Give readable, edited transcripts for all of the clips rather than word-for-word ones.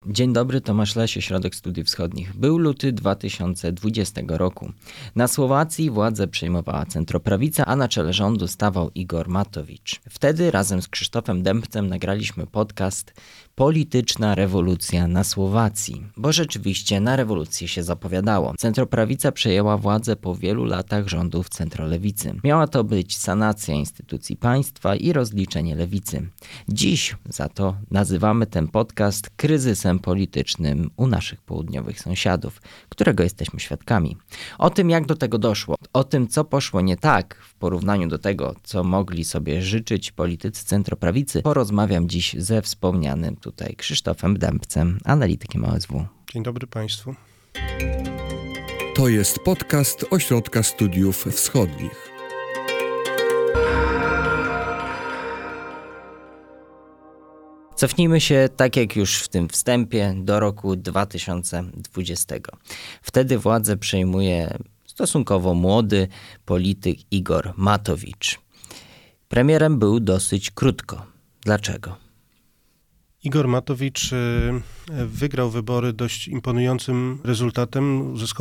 Dzień dobry, Tomasz Lesie, Ośrodek Studiów Wschodnich. Był luty 2020 roku. Na Słowacji władzę przejmowała centroprawica, a na czele rządu stawał Igor Matowicz. Wtedy razem z Krzysztofem Dębcem nagraliśmy podcast Polityczna rewolucja na Słowacji, bo rzeczywiście na rewolucję się zapowiadało. Centroprawica przejęła władzę po wielu latach rządów centrolewicy. Miała to być sanacja instytucji państwa i rozliczenie lewicy. Dziś za to nazywamy ten podcast kryzysem politycznym u naszych południowych sąsiadów, którego jesteśmy świadkami. O tym, jak do tego doszło, o tym, co poszło nie tak w porównaniu do tego, co mogli sobie życzyć politycy centroprawicy, porozmawiam dziś ze wspomnianym tutaj Krzysztofem Dębcem, analitykiem OSW. Dzień dobry Państwu. To jest podcast Ośrodka Studiów Wschodnich. Cofnijmy się, tak jak już w tym wstępie, do roku 2020. Wtedy władzę przejmuje stosunkowo młody polityk Igor Matowicz. Premierem był dosyć krótko. Dlaczego? Igor Matowicz wygrał wybory dość imponującym rezultatem. Uzyskał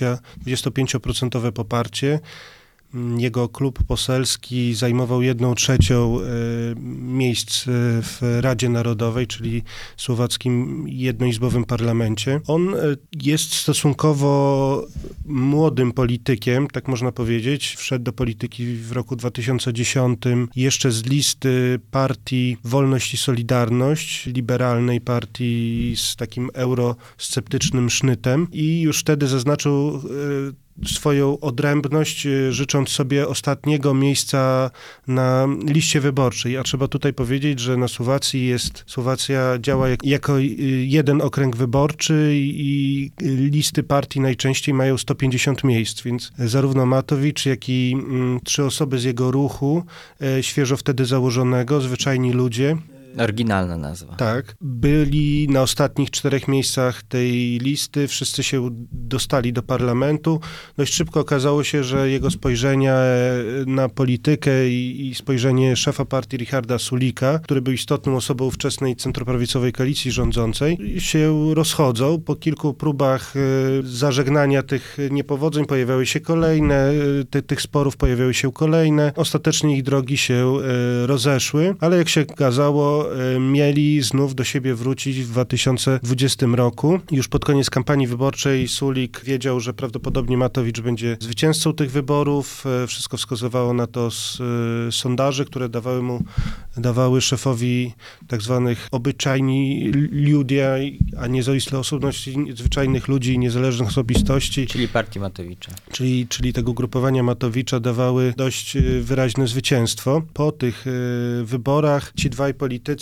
25% poparcie. Jego klub poselski zajmował 1/3 miejsc w Radzie Narodowej, czyli słowackim jednoizbowym parlamencie. On jest stosunkowo młodym politykiem, tak można powiedzieć. Wszedł do polityki w roku 2010 jeszcze z listy partii Wolność i Solidarność, liberalnej partii z takim eurosceptycznym sznytem i już wtedy zaznaczył swoją odrębność, życząc sobie ostatniego miejsca na liście wyborczej. A trzeba tutaj powiedzieć, że na Słowacja działa jako jeden okręg wyborczy i listy partii najczęściej mają 150 miejsc, więc zarówno Matowicz, jak i 3 osoby z jego ruchu, świeżo wtedy założonego, zwyczajni ludzie, Oryginalna nazwa. tak. Byli na ostatnich 4 miejscach tej listy, wszyscy się dostali do parlamentu. Dość szybko okazało się, że jego spojrzenie na politykę i spojrzenie szefa partii Richarda Sulika, który był istotną osobą ówczesnej centroprawicowej koalicji rządzącej, się rozchodzą. Po kilku próbach zażegnania tych niepowodzeń pojawiały się kolejne, tych sporów pojawiały się kolejne. Ostatecznie ich drogi się rozeszły, ale jak się okazało, mieli znów do siebie wrócić w 2020 roku. Już pod koniec kampanii wyborczej Sulik wiedział, że prawdopodobnie Matowicz będzie zwycięzcą tych wyborów. Wszystko wskazywało na to z sondaży, które dawały szefowi tak zwanych obyczajni ludzie, a niezawisłe osobności, zwyczajnych ludzi i niezależnych osobistości. Czyli partii Matowicza. Czyli tego grupowania Matowicza dawały dość wyraźne zwycięstwo. Po tych wyborach ci dwaj politycy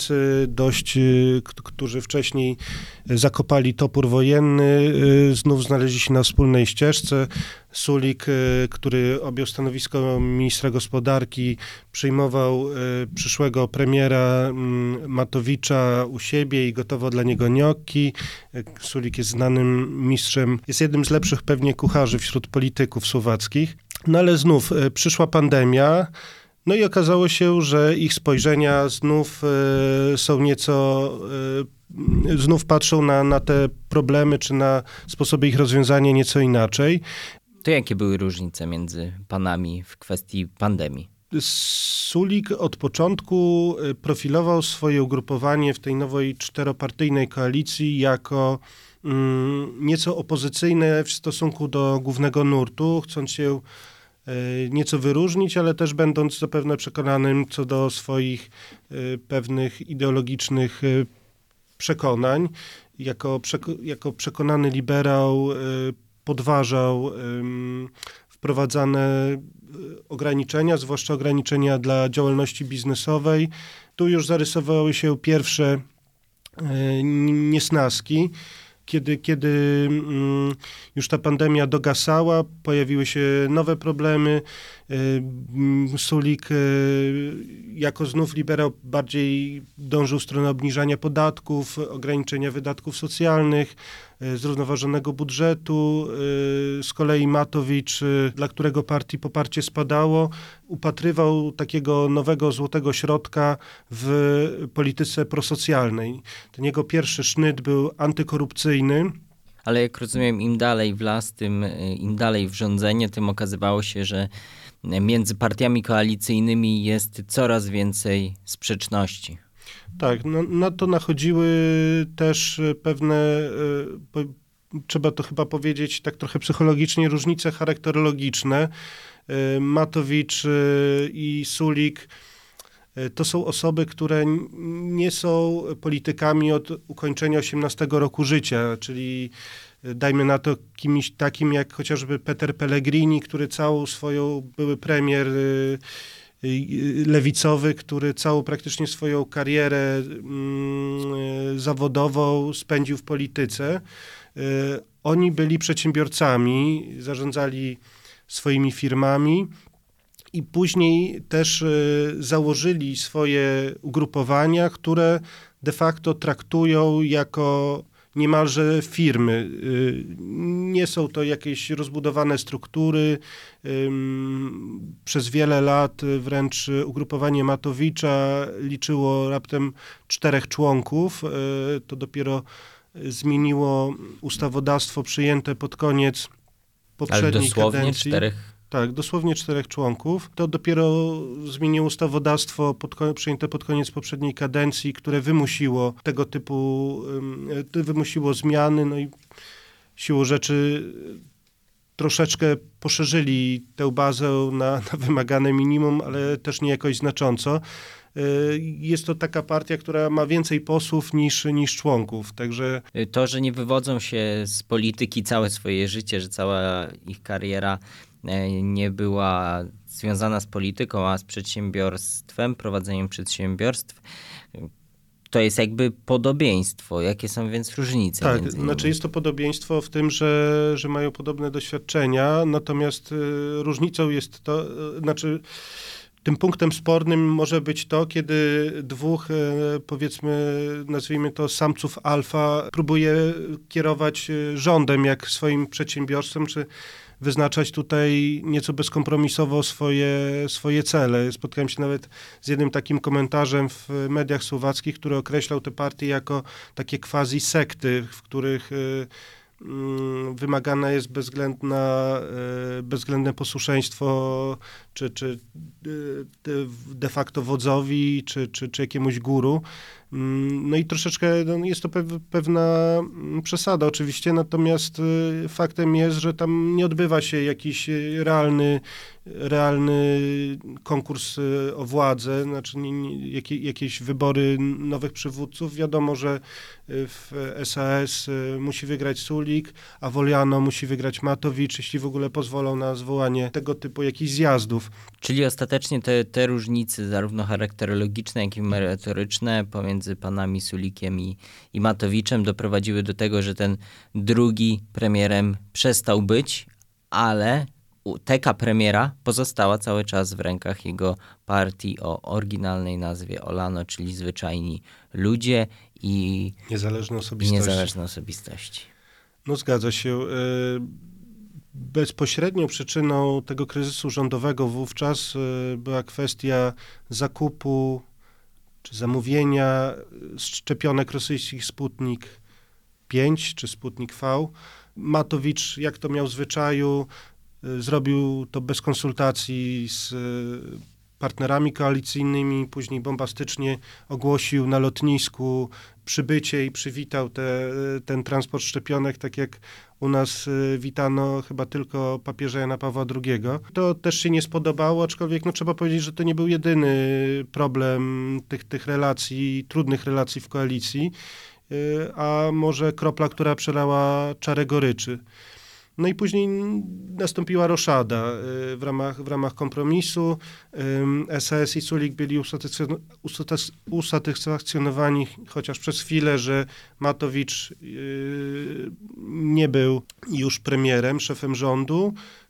którzy wcześniej zakopali topór wojenny, znów znaleźli się na wspólnej ścieżce. Sulik, który objął stanowisko ministra gospodarki, przyjmował przyszłego premiera Matowicza u siebie i gotował dla niego gnocchi. Sulik jest znanym mistrzem, jest jednym z lepszych pewnie kucharzy wśród polityków słowackich. No ale znów przyszła pandemia. No i okazało się, że ich spojrzenia znów są znów patrzą na te problemy, czy na sposoby ich rozwiązania nieco inaczej. To jakie były różnice między panami w kwestii pandemii? Sulik od początku profilował swoje ugrupowanie w tej nowej 4-partyjnej koalicji jako nieco opozycyjne w stosunku do głównego nurtu, chcąc się nieco wyróżnić, ale też będąc zapewne przekonanym co do swoich pewnych ideologicznych przekonań. Jako przekonany liberał podważał wprowadzane ograniczenia, zwłaszcza ograniczenia dla działalności biznesowej. Tu już zarysowały się pierwsze niesnaski. Kiedy już ta pandemia dogasała, pojawiły się nowe problemy Sulik jako znów liberał bardziej dążył w stronę obniżania podatków, ograniczenia wydatków socjalnych, zrównoważonego budżetu. Z kolei Matowicz, dla którego partii poparcie spadało, upatrywał takiego nowego złotego środka w polityce prosocjalnej. Ten jego pierwszy sznyt był antykorupcyjny. Ale jak rozumiem, im dalej w las, im dalej w rządzenie, tym okazywało się, że między partiami koalicyjnymi jest coraz więcej sprzeczności. Tak, na to nachodziły też pewne, trzeba to chyba powiedzieć tak trochę psychologicznie, różnice charakterologiczne. Matowicz i Sulik to są osoby, które nie są politykami od ukończenia 18 roku życia, czyli dajmy na to kimś takim jak chociażby Peter Pellegrini, który były premier lewicowy, który całą praktycznie swoją karierę zawodową spędził w polityce. Oni byli przedsiębiorcami, zarządzali swoimi firmami i później też założyli swoje ugrupowania, które de facto traktują jako niemalże firmy. Nie są to jakieś rozbudowane struktury. Przez wiele lat wręcz ugrupowanie Matowicza liczyło raptem 4 członków. To dopiero zmieniło ustawodawstwo przyjęte pod koniec poprzedniej Ale dosłownie kadencji. 4? Tak, dosłownie 4 członków. To dopiero zmieniło ustawodawstwo przyjęte pod koniec poprzedniej kadencji, które wymusiło tego typu, wymusiło zmiany, no i siłą rzeczy troszeczkę poszerzyli tę bazę na wymagane minimum, ale też nie jakoś znacząco. Jest to taka partia, która ma więcej posłów niż członków, także... To, że nie wywodzą się z polityki całe swoje życie, że cała ich kariera nie była związana z polityką, a z przedsiębiorstwem, prowadzeniem przedsiębiorstw, to jest jakby podobieństwo. Jakie są więc różnice? Tak, znaczy jest to podobieństwo w tym, że mają podobne doświadczenia, natomiast różnicą jest to, tym punktem spornym może być to, kiedy dwóch, powiedzmy, nazwijmy to samców alfa, próbuje kierować rządem jak swoim przedsiębiorstwem, czy wyznaczać tutaj nieco bezkompromisowo swoje cele. Spotkałem się nawet z jednym takim komentarzem w mediach słowackich, który określał te partie jako takie quasi-sekty, w których wymagane jest bezwzględne posłuszeństwo czy de facto wodzowi, czy jakiemuś guru. No i troszeczkę jest to pewna przesada oczywiście, natomiast faktem jest, że tam nie odbywa się jakiś realny konkurs o władzę, znaczy jakieś wybory nowych przywódców. Wiadomo, że w SAS musi wygrać Sulik, a w Oliano musi wygrać Matowicz, jeśli w ogóle pozwolą na zwołanie tego typu jakichś zjazdów. Czyli ostatecznie te różnice, zarówno charakterologiczne, jak i merytoryczne pomiędzy panami Sulikiem i Matowiczem doprowadziły do tego, że ten drugi premierem przestał być, ale teka premiera pozostała cały czas w rękach jego partii o oryginalnej nazwie Olano, czyli Zwyczajni Ludzie i niezależne osobistości. No zgadza się. Bezpośrednią przyczyną tego kryzysu rządowego wówczas była kwestia zakupu czy zamówienia szczepionek rosyjskich Sputnik 5 czy Sputnik V. Matowicz, jak to miał w zwyczaju, zrobił to bez konsultacji z partnerami koalicyjnymi, później bombastycznie ogłosił na lotnisku przybycie i przywitał ten transport szczepionek, tak jak u nas witano chyba tylko papieża Jana Pawła II. To też się nie spodobało, aczkolwiek trzeba powiedzieć, że to nie był jedyny problem tych relacji, trudnych relacji w koalicji, a może kropla, która przelała czarę goryczy. No i później nastąpiła roszada w ramach kompromisu. SAS i Sulik byli usatysfakcjonowani chociaż przez chwilę, że Matowicz nie był już premierem, szefem rządu.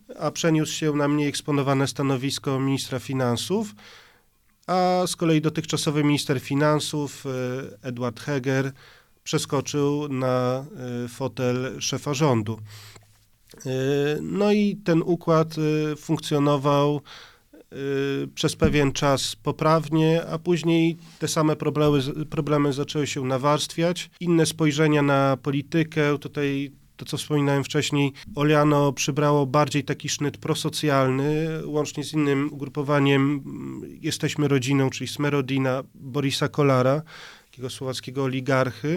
a przeniósł się na mniej eksponowane stanowisko ministra finansów, a z kolei dotychczasowy minister finansów Edward Heger przeskoczył na fotel szefa rządu. No i ten układ funkcjonował przez pewien czas poprawnie, a później te same problemy zaczęły się nawarstwiać. Inne spojrzenia na politykę, tutaj to, co wspominałem wcześniej, Oliano przybrało bardziej taki sznyt prosocjalny, łącznie z innym ugrupowaniem Jesteśmy Rodziną, czyli Smerodina Borisa Kolara, takiego słowackiego oligarchy.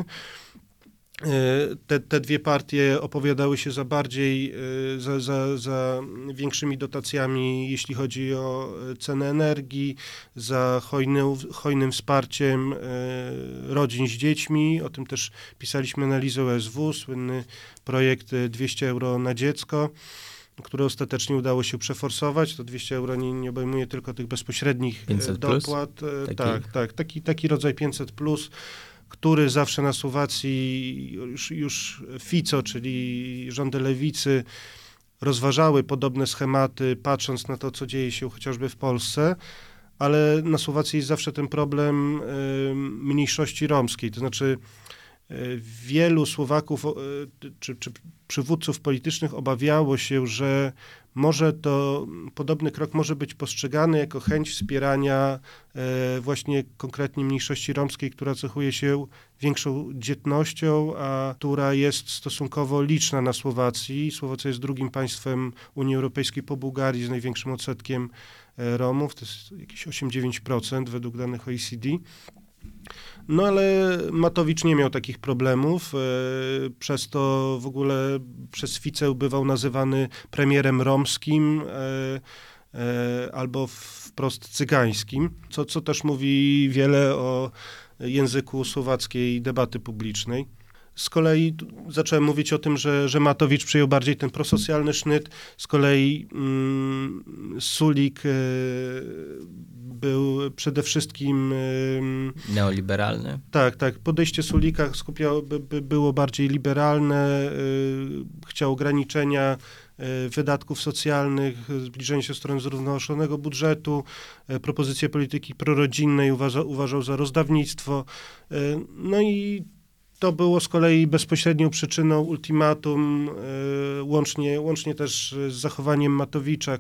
Te dwie partie opowiadały się za bardziej, za większymi dotacjami, jeśli chodzi o cenę energii, za hojnym wsparciem rodzin z dziećmi. O tym też pisaliśmy na Lize OSW, słynny projekt 200 euro na dziecko, który ostatecznie udało się przeforsować. To 200 euro nie obejmuje tylko tych bezpośrednich 500 dopłat. Taki rodzaj 500+, który zawsze na Słowacji już Fico, czyli rządy lewicy, rozważały podobne schematy, patrząc na to, co dzieje się chociażby w Polsce, ale na Słowacji jest zawsze ten problem mniejszości romskiej, to znaczy wielu Słowaków czy przywódców politycznych obawiało się, że podobny krok może być postrzegany jako chęć wspierania właśnie konkretnie mniejszości romskiej, która cechuje się większą dzietnością, a która jest stosunkowo liczna na Słowacji. Słowacja jest drugim państwem Unii Europejskiej po Bułgarii z największym odsetkiem Romów, to jest jakieś 8-9% według danych OECD. No ale Matowicz nie miał takich problemów, przez to w ogóle przez Ficę bywał nazywany premierem romskim albo wprost cygańskim, co też mówi wiele o języku słowackiej debaty publicznej. Z kolei zacząłem mówić o tym, że Matowicz przyjął bardziej ten prosocjalny sznyt, z kolei Sulik był przede wszystkim neoliberalny. Tak. Podejście Sulika było bardziej liberalne, chciał ograniczenia wydatków socjalnych, zbliżenie się w stronę zrównoważonego budżetu, propozycje polityki prorodzinnej uważał za rozdawnictwo. No i to było z kolei bezpośrednią przyczyną ultimatum, łącznie też z zachowaniem Matowicza,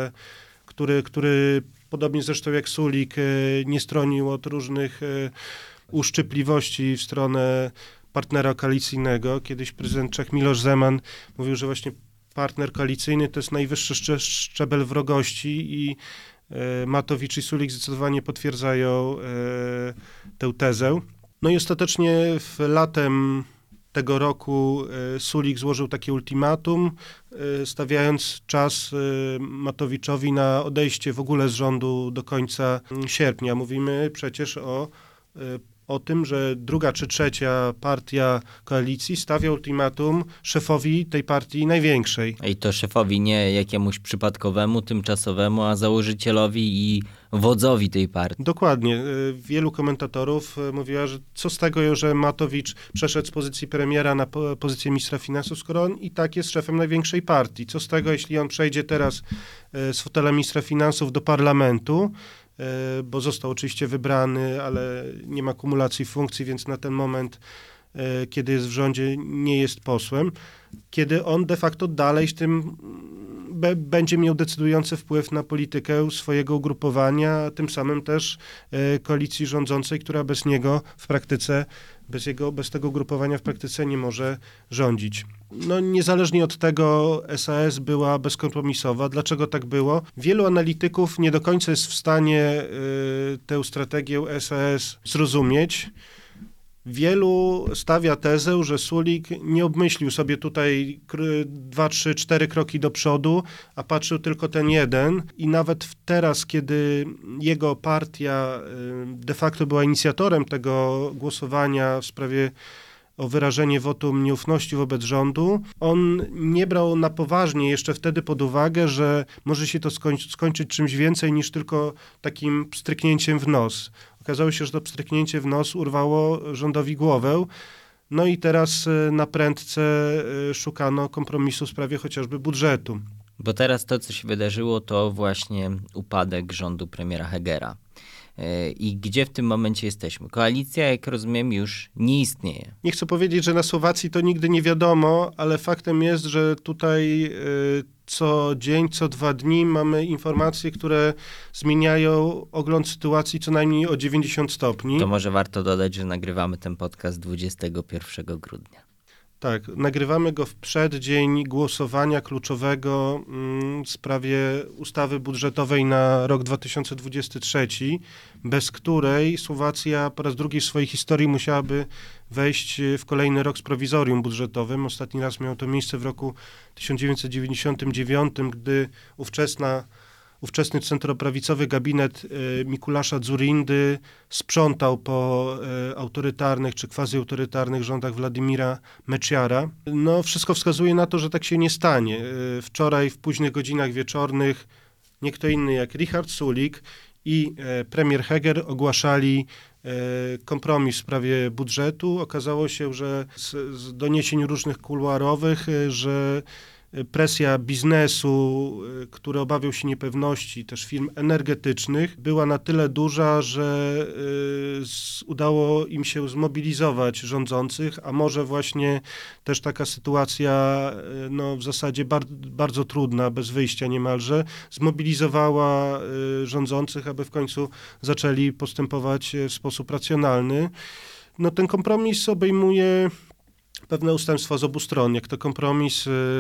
który podobnie zresztą jak Sulik nie stronił od różnych uszczypliwości w stronę partnera koalicyjnego. Kiedyś prezydent Czech Miloš Zeman mówił, że właśnie partner koalicyjny to jest najwyższy szczebel wrogości i Matowicz i Sulik zdecydowanie potwierdzają tę tezę. No i ostatecznie latem tego roku Sulik złożył takie ultimatum, stawiając czas Matowiczowi na odejście w ogóle z rządu do końca sierpnia. Mówimy przecież o tym, że druga czy trzecia partia koalicji stawia ultimatum szefowi tej partii największej. I to szefowi nie jakiemuś przypadkowemu, tymczasowemu, a założycielowi i wodzowi tej partii. Dokładnie. Wielu komentatorów mówiła, że co z tego, że Matowicz przeszedł z pozycji premiera na pozycję ministra finansów, skoro on i tak jest szefem największej partii. Co z tego, jeśli on przejdzie teraz z fotela ministra finansów do parlamentu, bo został oczywiście wybrany, ale nie ma kumulacji funkcji, więc na ten moment, kiedy jest w rządzie, nie jest posłem, kiedy on de facto dalej z tym będzie miał decydujący wpływ na politykę swojego ugrupowania, a tym samym też koalicji rządzącej, która bez niego w praktyce, bez tego ugrupowania w praktyce nie może rządzić. No niezależnie od tego SAS była bezkompromisowa. Dlaczego tak było? Wielu analityków nie do końca jest w stanie tę strategię SAS zrozumieć. Wielu stawia tezę, że Sulik nie obmyślił sobie tutaj 2, 3, 4 kroki do przodu, a patrzył tylko ten jeden i nawet teraz, kiedy jego partia de facto była inicjatorem tego głosowania w sprawie o wyrażenie wotum nieufności wobec rządu, on nie brał na poważnie jeszcze wtedy pod uwagę, że może się to skończyć czymś więcej niż tylko takim pstryknięciem w nos. Okazało się, że to pstryknięcie w nos urwało rządowi głowę. No i teraz na prędce szukano kompromisu w sprawie chociażby budżetu. Bo teraz to, co się wydarzyło, to właśnie upadek rządu premiera Hegera. I gdzie w tym momencie jesteśmy? Koalicja, jak rozumiem, już nie istnieje. Nie chcę powiedzieć, że na Słowacji to nigdy nie wiadomo, ale faktem jest, że tutaj co dzień, co 2 dni mamy informacje, które zmieniają ogląd sytuacji co najmniej o 90 stopni. To może warto dodać, że nagrywamy ten podcast 21 grudnia. Tak, nagrywamy go w przeddzień głosowania kluczowego w sprawie ustawy budżetowej na rok 2023, bez której Słowacja po raz drugi w swojej historii musiałaby wejść w kolejny rok z prowizorium budżetowym. Ostatni raz miało to miejsce w roku 1999, gdy ówczesny centroprawicowy gabinet Mikulasza Dzurindy sprzątał po autorytarnych czy quasi-autorytarnych rządach Władimira Mečiara. No, wszystko wskazuje na to, że tak się nie stanie. Wczoraj w późnych godzinach wieczornych nie kto inny jak Richard Sulik i premier Heger ogłaszali kompromis w sprawie budżetu. Okazało się, że z doniesień różnych kuluarowych, że presja biznesu, który obawiał się niepewności, też firm energetycznych, była na tyle duża, że udało im się zmobilizować rządzących, a może właśnie też taka sytuacja, no w zasadzie bardzo trudna, bez wyjścia niemalże, zmobilizowała rządzących, aby w końcu zaczęli postępować w sposób racjonalny. No ten kompromis obejmuje pewne ustępstwa z obu stron. Jak to kompromis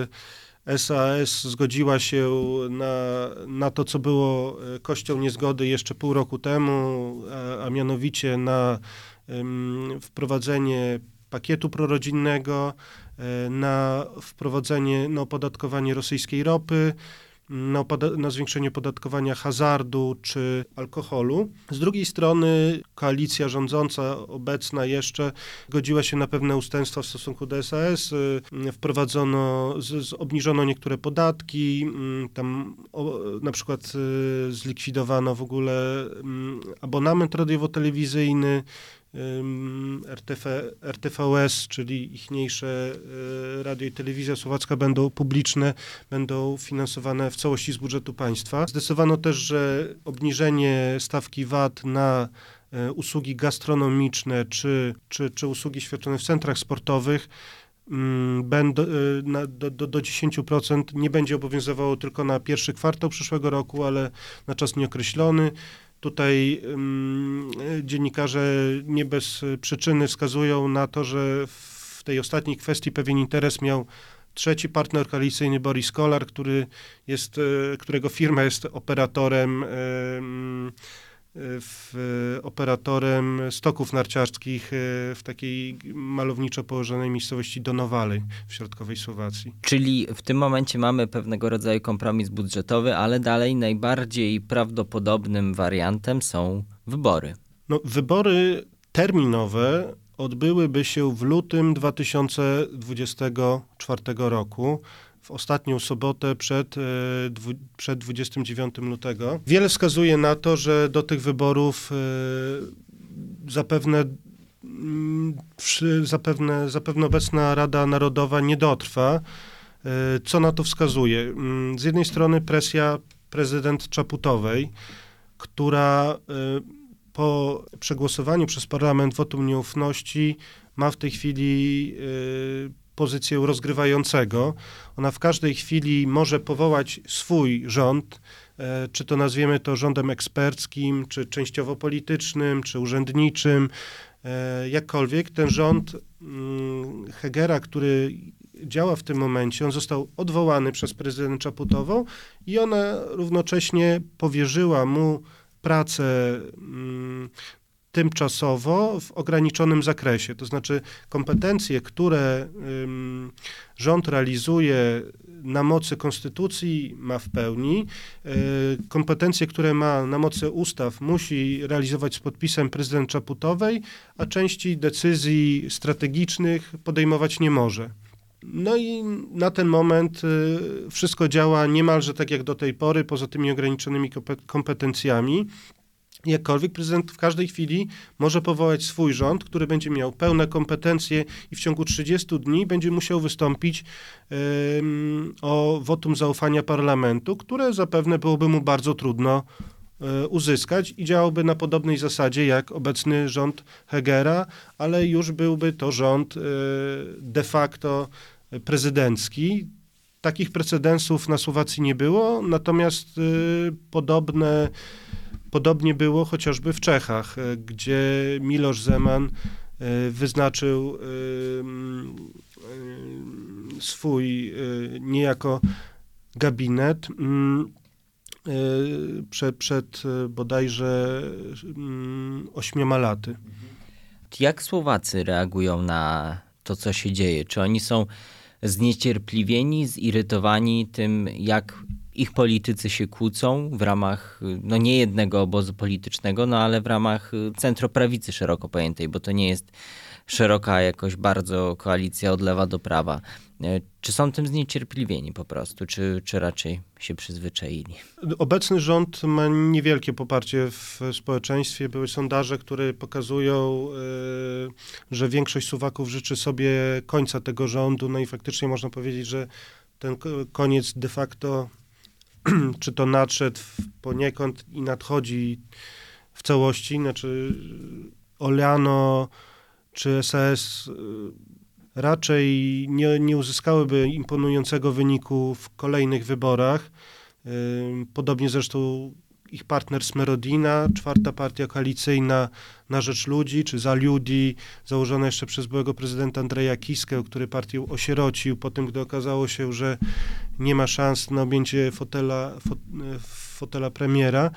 SAS zgodziła się na to, co było kością niezgody jeszcze pół roku temu, a mianowicie na wprowadzenie pakietu prorodzinnego, na wprowadzenie, na opodatkowanie rosyjskiej ropy, na zwiększenie opodatkowania hazardu czy alkoholu. Z drugiej strony koalicja rządząca, obecna jeszcze, godziła się na pewne ustępstwa w stosunku do SAS. Obniżono niektóre podatki, tam na przykład zlikwidowano w ogóle abonament radiowo-telewizyjny, RTVS, czyli ichniejsze radio i telewizja słowacka będą publiczne, będą finansowane w całości z budżetu państwa. Zdecydowano też, że obniżenie stawki VAT na usługi gastronomiczne czy usługi świadczone w centrach sportowych do 10% nie będzie obowiązywało tylko na pierwszy kwartał przyszłego roku, ale na czas nieokreślony. Tutaj dziennikarze nie bez przyczyny wskazują na to, że w tej ostatniej kwestii pewien interes miał trzeci partner koalicyjny Boris Kolar, którego firma jest operatorem stoków narciarskich w takiej malowniczo położonej miejscowości Donowalej w środkowej Słowacji. Czyli w tym momencie mamy pewnego rodzaju kompromis budżetowy, ale dalej najbardziej prawdopodobnym wariantem są wybory. No, wybory terminowe odbyłyby się w lutym 2024 roku, w ostatnią sobotę przed 29 lutego. Wiele wskazuje na to, że do tych wyborów zapewne obecna Rada Narodowa nie dotrwa. Co na to wskazuje? Z jednej strony presja prezydent Czaputowej, która po przegłosowaniu przez parlament wotum nieufności ma w tej chwili pozycję rozgrywającego. Ona w każdej chwili może powołać swój rząd, czy to nazwiemy to rządem eksperckim, czy częściowo politycznym, czy urzędniczym, jakkolwiek. Ten rząd Hegera, który działa w tym momencie, on został odwołany przez prezydent Czaputową i ona równocześnie powierzyła mu pracę tymczasowo w ograniczonym zakresie. To znaczy kompetencje, które rząd realizuje na mocy konstytucji, ma w pełni. Kompetencje, które ma na mocy ustaw, musi realizować z podpisem prezydent Czaputowej, a części decyzji strategicznych podejmować nie może. No i na ten moment wszystko działa niemalże tak jak do tej pory, poza tymi ograniczonymi kompetencjami. Jakkolwiek prezydent w każdej chwili może powołać swój rząd, który będzie miał pełne kompetencje i w ciągu 30 dni będzie musiał wystąpić o wotum zaufania parlamentu, które zapewne byłoby mu bardzo trudno uzyskać i działałby na podobnej zasadzie jak obecny rząd Hegera, ale już byłby to rząd de facto prezydencki. Takich precedensów na Słowacji nie było, natomiast podobnie było chociażby w Czechach, gdzie Miloš Zeman wyznaczył swój niejako gabinet przed bodajże 8 laty. Jak Słowacy reagują na to, co się dzieje? Czy oni są zniecierpliwieni, zirytowani tym, jak ich politycy się kłócą w ramach nie jednego obozu politycznego, ale w ramach centroprawicy szeroko pojętej, bo to nie jest szeroka jakoś bardzo koalicja od lewa do prawa. Czy są tym zniecierpliwieni po prostu, czy raczej się przyzwyczaili? Obecny rząd ma niewielkie poparcie w społeczeństwie. Były sondaże, które pokazują, że większość Słowaków życzy sobie końca tego rządu. No i faktycznie można powiedzieć, że ten koniec de facto czy to nadszedł poniekąd i nadchodzi w całości. Znaczy Oľano czy SAS raczej nie uzyskałyby imponującego wyniku w kolejnych wyborach. Podobnie zresztą ich partner Smerodina, czwarta partia koalicyjna na rzecz ludzi, czy za ludzi, założona jeszcze przez byłego prezydenta Andreja Kiskę, który partię osierocił po tym, gdy okazało się, że nie ma szans na objęcie fotela premiera.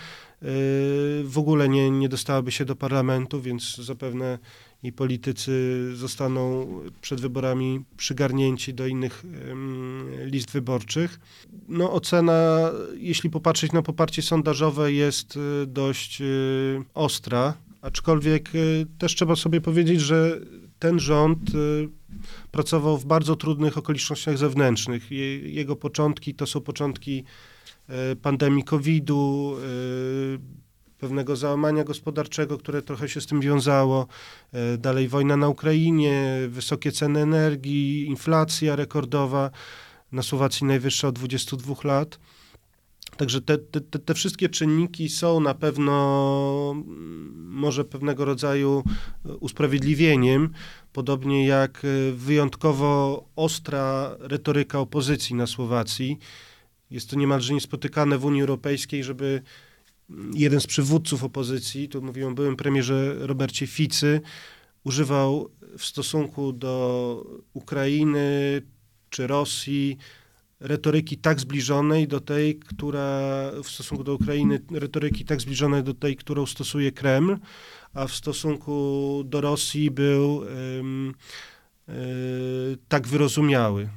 W ogóle nie dostałaby się do parlamentu, więc zapewne i politycy zostaną przed wyborami przygarnięci do innych list wyborczych. No, ocena, jeśli popatrzeć na poparcie sondażowe, jest dość ostra, aczkolwiek też trzeba sobie powiedzieć, że ten rząd pracował w bardzo trudnych okolicznościach zewnętrznych. Jego początki to są początki pandemii COVID-u, pewnego załamania gospodarczego, które trochę się z tym wiązało. Dalej wojna na Ukrainie, wysokie ceny energii, inflacja rekordowa, na Słowacji najwyższa od 22 lat. Także te wszystkie czynniki są na pewno może pewnego rodzaju usprawiedliwieniem, podobnie jak wyjątkowo ostra retoryka opozycji na Słowacji. Jest to niemalże niespotykane w Unii Europejskiej, żeby jeden z przywódców opozycji, tu mówiłem o byłym premierze Robercie Ficy, używał w stosunku do Ukrainy czy Rosji retoryki tak zbliżonej do tej, w stosunku do Ukrainy retoryki tak zbliżonej do tej, którą stosuje Kreml, a w stosunku do Rosji był tak wyrozumiały.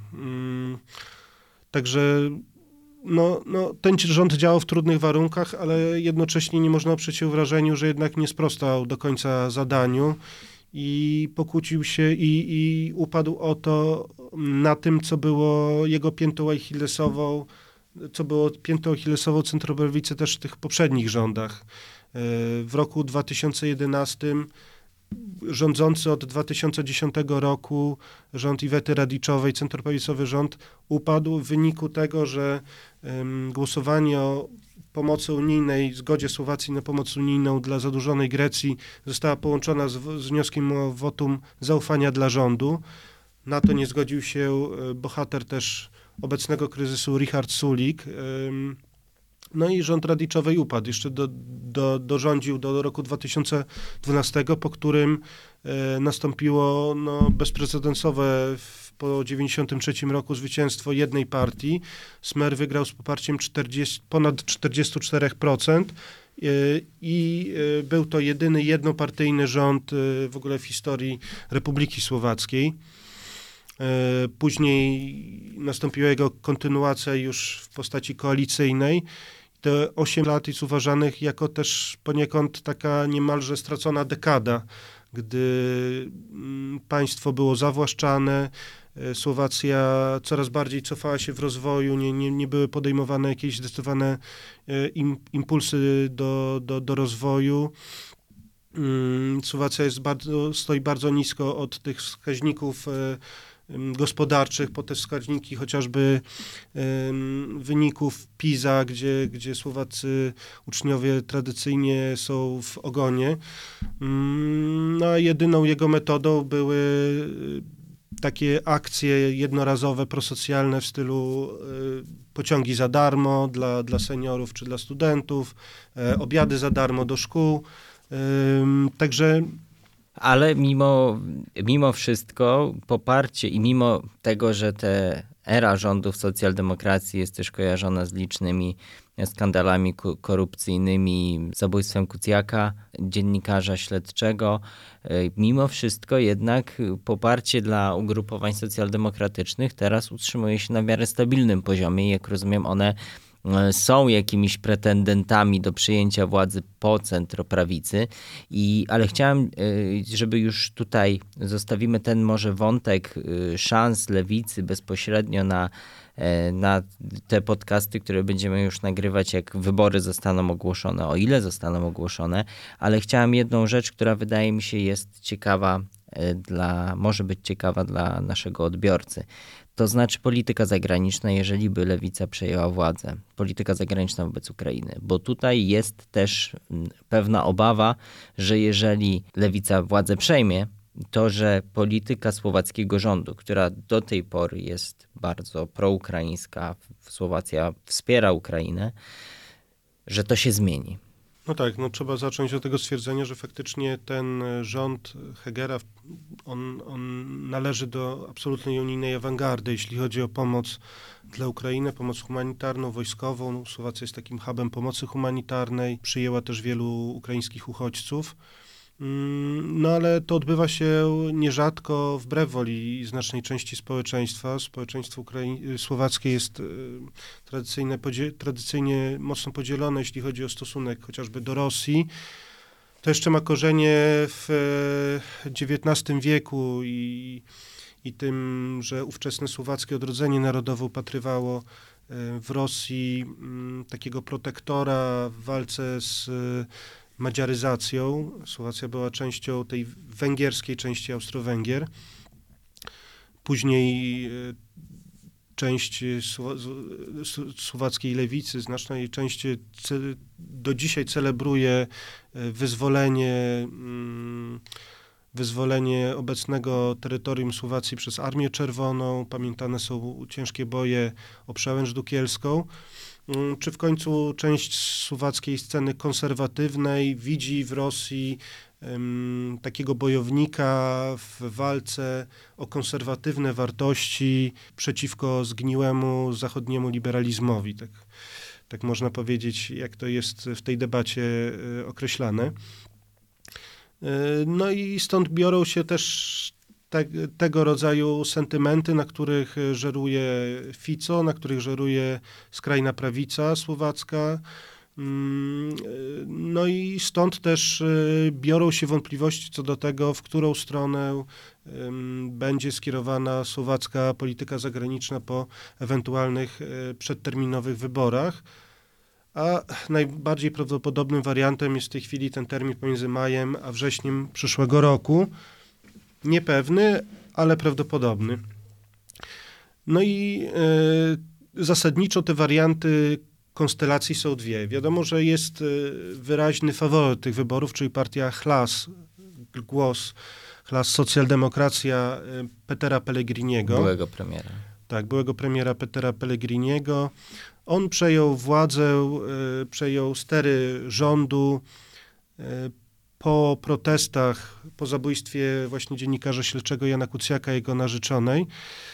Także ten rząd działał w trudnych warunkach, ale jednocześnie nie można oprzeć się wrażeniu, że jednak nie sprostał do końca zadaniu i pokłócił się i upadł o to na tym, co było jego piętą achillesową, co było piętą achillesową centroprawicy też w tych poprzednich rządach. W roku 2011 rządzący od 2010 roku rząd Iwety Radiczowej, centroprawicowy rząd, upadł w wyniku tego, że głosowanie o pomocy unijnej, zgodzie Słowacji na pomoc unijną dla zadłużonej Grecji została połączona z wnioskiem o wotum zaufania dla rządu. Na to nie zgodził się bohater też obecnego kryzysu Richard Sulik. No i rząd Radiczowej upadł. Jeszcze dorządził do roku 2012, po którym nastąpiło bezprecedensowe po 1993 roku zwycięstwo jednej partii. Smer wygrał z poparciem ponad 44% i był to jedyny jednopartyjny rząd w ogóle w historii Republiki Słowackiej. Później nastąpiła jego kontynuacja już w postaci koalicyjnej. Te 8 lat jest uważanych jako też poniekąd taka niemalże stracona dekada, gdy państwo było zawłaszczane, Słowacja coraz bardziej cofała się w rozwoju, nie były podejmowane jakieś zdecydowane impulsy do rozwoju. Słowacja stoi bardzo nisko od tych wskaźników gospodarczych, po te wskaźniki chociażby wyników PISA, gdzie Słowacy uczniowie tradycyjnie są w ogonie. No a jedyną jego metodą były takie akcje jednorazowe, prosocjalne w stylu pociągi za darmo dla seniorów czy dla studentów, obiady za darmo do szkół. Także Ale mimo wszystko poparcie i mimo tego, że ta era rządów socjaldemokracji jest też kojarzona z licznymi skandalami korupcyjnymi, zabójstwem Kucjaka, dziennikarza śledczego, mimo wszystko jednak poparcie dla ugrupowań socjaldemokratycznych teraz utrzymuje się na miarę stabilnym poziomie i jak rozumiem one są jakimiś pretendentami do przyjęcia władzy po centroprawicy, ale chciałem, żeby już tutaj zostawimy ten może wątek szans lewicy bezpośrednio na te podcasty, które będziemy już nagrywać, jak wybory zostaną ogłoszone, o ile zostaną ogłoszone, ale chciałem jedną rzecz, która wydaje mi się jest ciekawa może być ciekawa dla naszego odbiorcy. To znaczy polityka zagraniczna, jeżeli by lewica przejęła władzę. Polityka zagraniczna wobec Ukrainy. Bo tutaj jest też pewna obawa, że jeżeli lewica władzę przejmie, to że polityka słowackiego rządu, która do tej pory jest bardzo proukraińska, Słowacja wspiera Ukrainę, że to się zmieni. No tak, trzeba zacząć od tego stwierdzenia, że faktycznie ten rząd Hegera, on należy do absolutnej unijnej awangardy, jeśli chodzi o pomoc dla Ukrainy, pomoc humanitarną, wojskową. Słowacja jest takim hubem pomocy humanitarnej, przyjęła też wielu ukraińskich uchodźców. No ale to odbywa się nierzadko wbrew woli znacznej części społeczeństwa. Społeczeństwo słowackie jest tradycyjnie mocno podzielone, jeśli chodzi o stosunek chociażby do Rosji. To jeszcze ma korzenie w XIX wieku i tym, że ówczesne słowackie odrodzenie narodowe upatrywało w Rosji takiego protektora w walce z madziaryzacją. Słowacja była częścią tej węgierskiej części Austro-Węgier. Później część słowackiej lewicy, znaczna jej część do dzisiaj celebruje wyzwolenie obecnego terytorium Słowacji przez Armię Czerwoną. Pamiętane są ciężkie boje o Przełęcz Dukielską. Czy w końcu część słowackiej sceny konserwatywnej widzi w Rosji takiego bojownika w walce o konserwatywne wartości przeciwko zgniłemu zachodniemu liberalizmowi. Tak można powiedzieć, jak to jest w tej debacie określane. No i stąd biorą się też tego rodzaju sentymenty, na których żeruje Fico, na których żeruje skrajna prawica słowacka. No i stąd też biorą się wątpliwości co do tego, w którą stronę będzie skierowana słowacka polityka zagraniczna po ewentualnych przedterminowych wyborach. A najbardziej prawdopodobnym wariantem jest w tej chwili ten termin pomiędzy majem a wrześniem przyszłego roku. Niepewny, ale prawdopodobny. No i zasadniczo te warianty konstelacji są dwie. Wiadomo, że jest wyraźny faworyt tych wyborów, czyli partia Hlas, socjaldemokracja Petera Pellegriniego. Byłego premiera. Tak, byłego premiera Petera Pellegriniego. On przejął władzę, przejął stery rządu po protestach, po zabójstwie właśnie dziennikarza śledczego Jana Kucjaka i jego narzeczonej.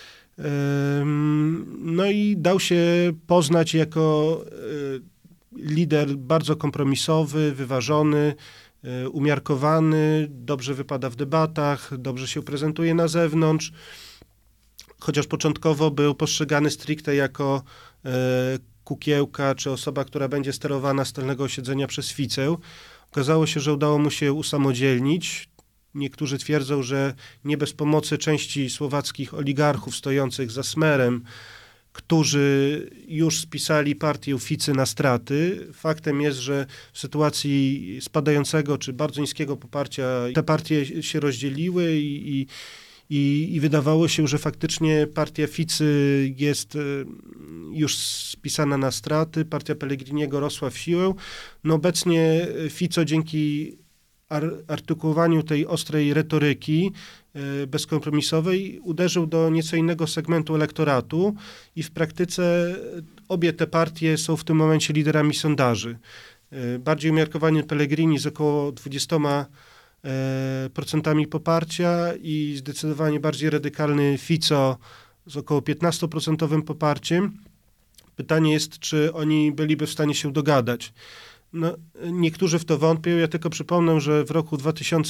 No i dał się poznać jako lider bardzo kompromisowy, wyważony, umiarkowany, dobrze wypada w debatach, dobrze się prezentuje na zewnątrz. Chociaż początkowo był postrzegany stricte jako kukiełka, czy osoba, która będzie sterowana z tylnego siedzenia przez Ficę. Okazało się, że udało mu się usamodzielnić. niektórzy twierdzą, że nie bez pomocy części słowackich oligarchów stojących za Smerem, którzy już spisali partię Ficy na straty. Faktem jest, że w sytuacji spadającego czy bardzo niskiego poparcia te partie się rozdzieliły i wydawało się, że faktycznie partia Ficy jest już spisana na straty, partia Pellegriniego rosła w siłę. No obecnie Fico dzięki artykułowaniu tej ostrej retoryki bezkompromisowej uderzył do nieco innego segmentu elektoratu i w praktyce obie te partie są w tym momencie liderami sondaży. Bardziej umiarkowany Pellegrini z około 20% poparcia i zdecydowanie bardziej radykalny Fico z około 15% poparciem. Pytanie jest, czy oni byliby w stanie się dogadać. No, niektórzy w to wątpią. Ja tylko przypomnę, że w roku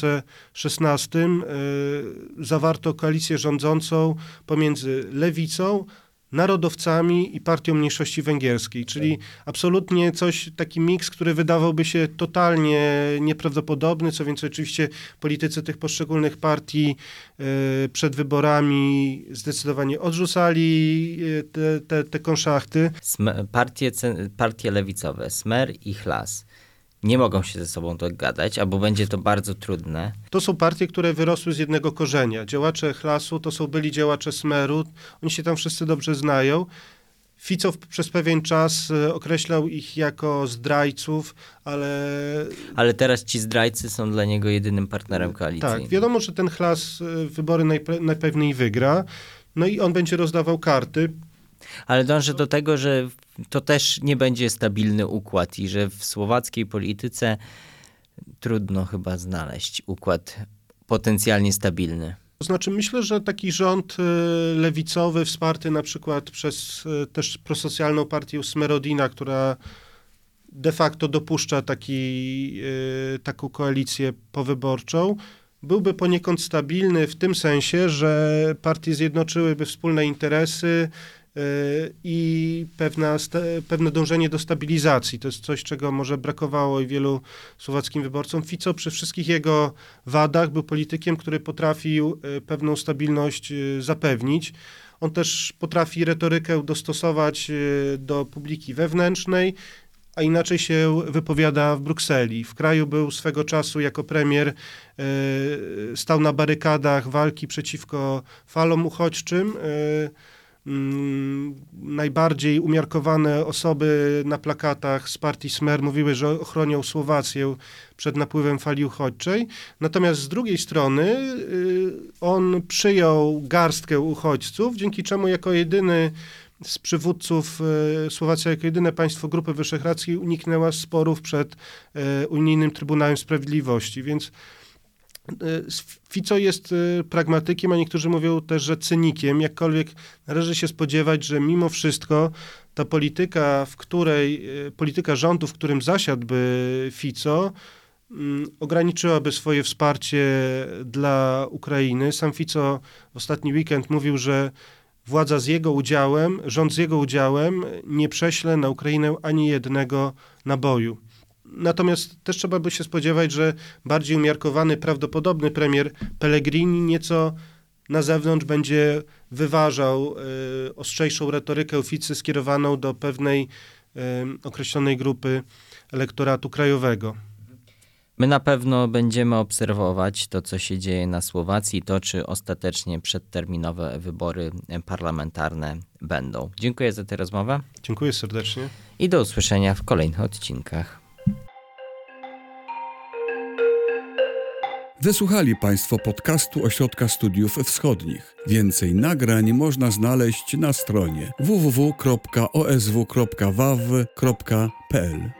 2016 zawarto koalicję rządzącą pomiędzy Lewicą, Narodowcami i Partią Mniejszości Węgierskiej, czyli absolutnie taki miks, który wydawałby się totalnie nieprawdopodobny. Co więcej, oczywiście politycy tych poszczególnych partii przed wyborami zdecydowanie odrzucali te konszachty. Partie lewicowe, Smer i Hlas, nie mogą się ze sobą dogadać, albo będzie to bardzo trudne. To są partie, które wyrosły z jednego korzenia. Działacze Hlasu to są byli działacze Smeru. Oni się tam wszyscy dobrze znają. Fico przez pewien czas określał ich jako zdrajców, ale teraz ci zdrajcy są dla niego jedynym partnerem koalicji. Tak, wiadomo, że ten Hlas wybory najpewniej wygra. No i on będzie rozdawał karty. Ale dążę do tego, że to też nie będzie stabilny układ i że w słowackiej polityce trudno chyba znaleźć układ potencjalnie stabilny. To znaczy myślę, że taki rząd lewicowy wsparty na przykład przez też prosocjalną partię Smerodina, która de facto dopuszcza taką koalicję powyborczą, byłby poniekąd stabilny w tym sensie, że partie zjednoczyłyby wspólne interesy i pewne dążenie do stabilizacji. To jest coś, czego może brakowało i wielu słowackim wyborcom. Fico przy wszystkich jego wadach był politykiem, który potrafił pewną stabilność zapewnić. On też potrafi retorykę dostosować do publiki wewnętrznej, a inaczej się wypowiada w Brukseli. W kraju był swego czasu jako premier, stał na barykadach walki przeciwko falom uchodźczym. Najbardziej umiarkowane osoby na plakatach z partii Smer mówiły, że ochronią Słowację przed napływem fali uchodźczej. Natomiast z drugiej strony on przyjął garstkę uchodźców, dzięki czemu jako jedyny z przywódców Słowacja jako jedyne państwo Grupy Wyszehradzkiej uniknęła sporów przed Unijnym Trybunałem Sprawiedliwości. Więc Fico jest pragmatykiem, a niektórzy mówią też, że cynikiem. Jakkolwiek należy się spodziewać, że mimo wszystko ta polityka rządu, w którym zasiadłby Fico, ograniczyłaby swoje wsparcie dla Ukrainy. Sam Fico w ostatni weekend mówił, że władza z jego udziałem, rząd z jego udziałem nie prześle na Ukrainę ani jednego naboju. Natomiast też trzeba by się spodziewać, że bardziej umiarkowany, prawdopodobny premier Pellegrini nieco na zewnątrz będzie wyważał ostrzejszą retorykę Ficy skierowaną do pewnej określonej grupy elektoratu krajowego. My na pewno będziemy obserwować to, co się dzieje na Słowacji, to czy ostatecznie przedterminowe wybory parlamentarne będą. Dziękuję za tę rozmowę. Dziękuję serdecznie. I do usłyszenia w kolejnych odcinkach. Wysłuchali Państwo podcastu Ośrodka Studiów Wschodnich. Więcej nagrań można znaleźć na stronie www.osw.waw.pl.